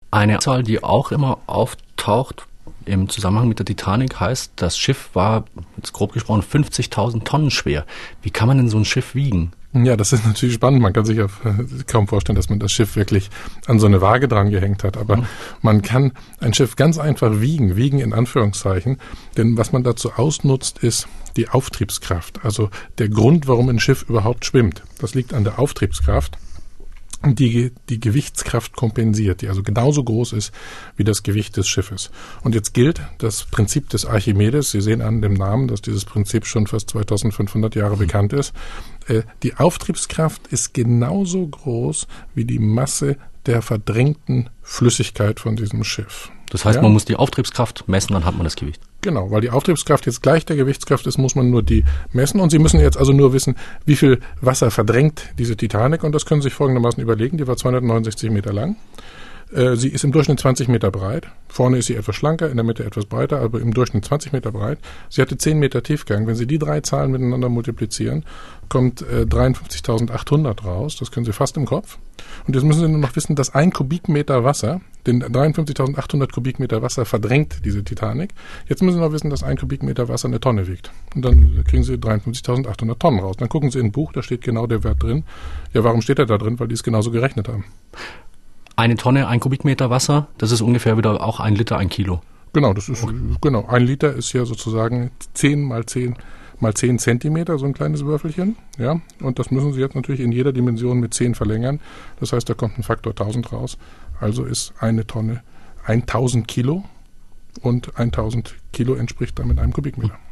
Eine Zahl, die auch immer auftaucht im Zusammenhang mit der Titanic, heißt, das Schiff war, jetzt grob gesprochen, 50.000 Tonnen schwer. Wie kann man denn so ein Schiff wiegen? Ja, das ist natürlich spannend. Man kann sich ja kaum vorstellen, dass man das Schiff wirklich an so eine Waage dran gehängt hat. Aber man kann ein Schiff ganz einfach wiegen in Anführungszeichen. Denn was man dazu ausnutzt, ist die Auftriebskraft. Also der Grund, warum ein Schiff überhaupt schwimmt. Das liegt an der Auftriebskraft, die Gewichtskraft kompensiert, die also genauso groß ist wie das Gewicht des Schiffes. Und jetzt gilt das Prinzip des Archimedes. Sie sehen an dem Namen, dass dieses Prinzip schon fast 2500 Jahre bekannt ist. Die Auftriebskraft ist genauso groß wie die Masse der verdrängten Flüssigkeit von diesem Schiff. Das heißt, man muss die Auftriebskraft messen, dann hat man das Gewicht. Genau, weil die Auftriebskraft jetzt gleich der Gewichtskraft ist, muss man nur die messen. Und Sie müssen jetzt also nur wissen, wie viel Wasser verdrängt diese Titanic. Und das können Sie sich folgendermaßen überlegen. Die war 269 Meter lang. Sie ist im Durchschnitt 20 Meter breit. Vorne ist sie etwas schlanker, in der Mitte etwas breiter, aber im Durchschnitt 20 Meter breit. Sie hatte 10 Meter Tiefgang. Wenn Sie die drei Zahlen miteinander multiplizieren, kommt 53.800 raus. Das können Sie fast im Kopf. Und jetzt müssen Sie nur noch wissen, dass 1 Kubikmeter Wasser, den 53.800 Kubikmeter Wasser verdrängt diese Titanic. Jetzt müssen Sie noch wissen, dass 1 Kubikmeter Wasser eine Tonne wiegt. Und dann kriegen Sie 53.800 Tonnen raus. Dann gucken Sie in ein Buch, da steht genau der Wert drin. Ja, warum steht er da drin? Weil die es genauso gerechnet haben. Eine Tonne, 1 Kubikmeter Wasser, das ist ungefähr wieder auch 1 Liter, 1 Kilo. Genau, das ist, genau. 1 Liter ist ja sozusagen 10 mal 10 Zentimeter, so ein kleines Würfelchen, ja. Und das müssen Sie jetzt natürlich in jeder Dimension mit 10 verlängern. Das heißt, da kommt ein Faktor 1000 raus. Also ist eine Tonne 1000 Kilo und 1000 Kilo entspricht damit einem Kubikmeter.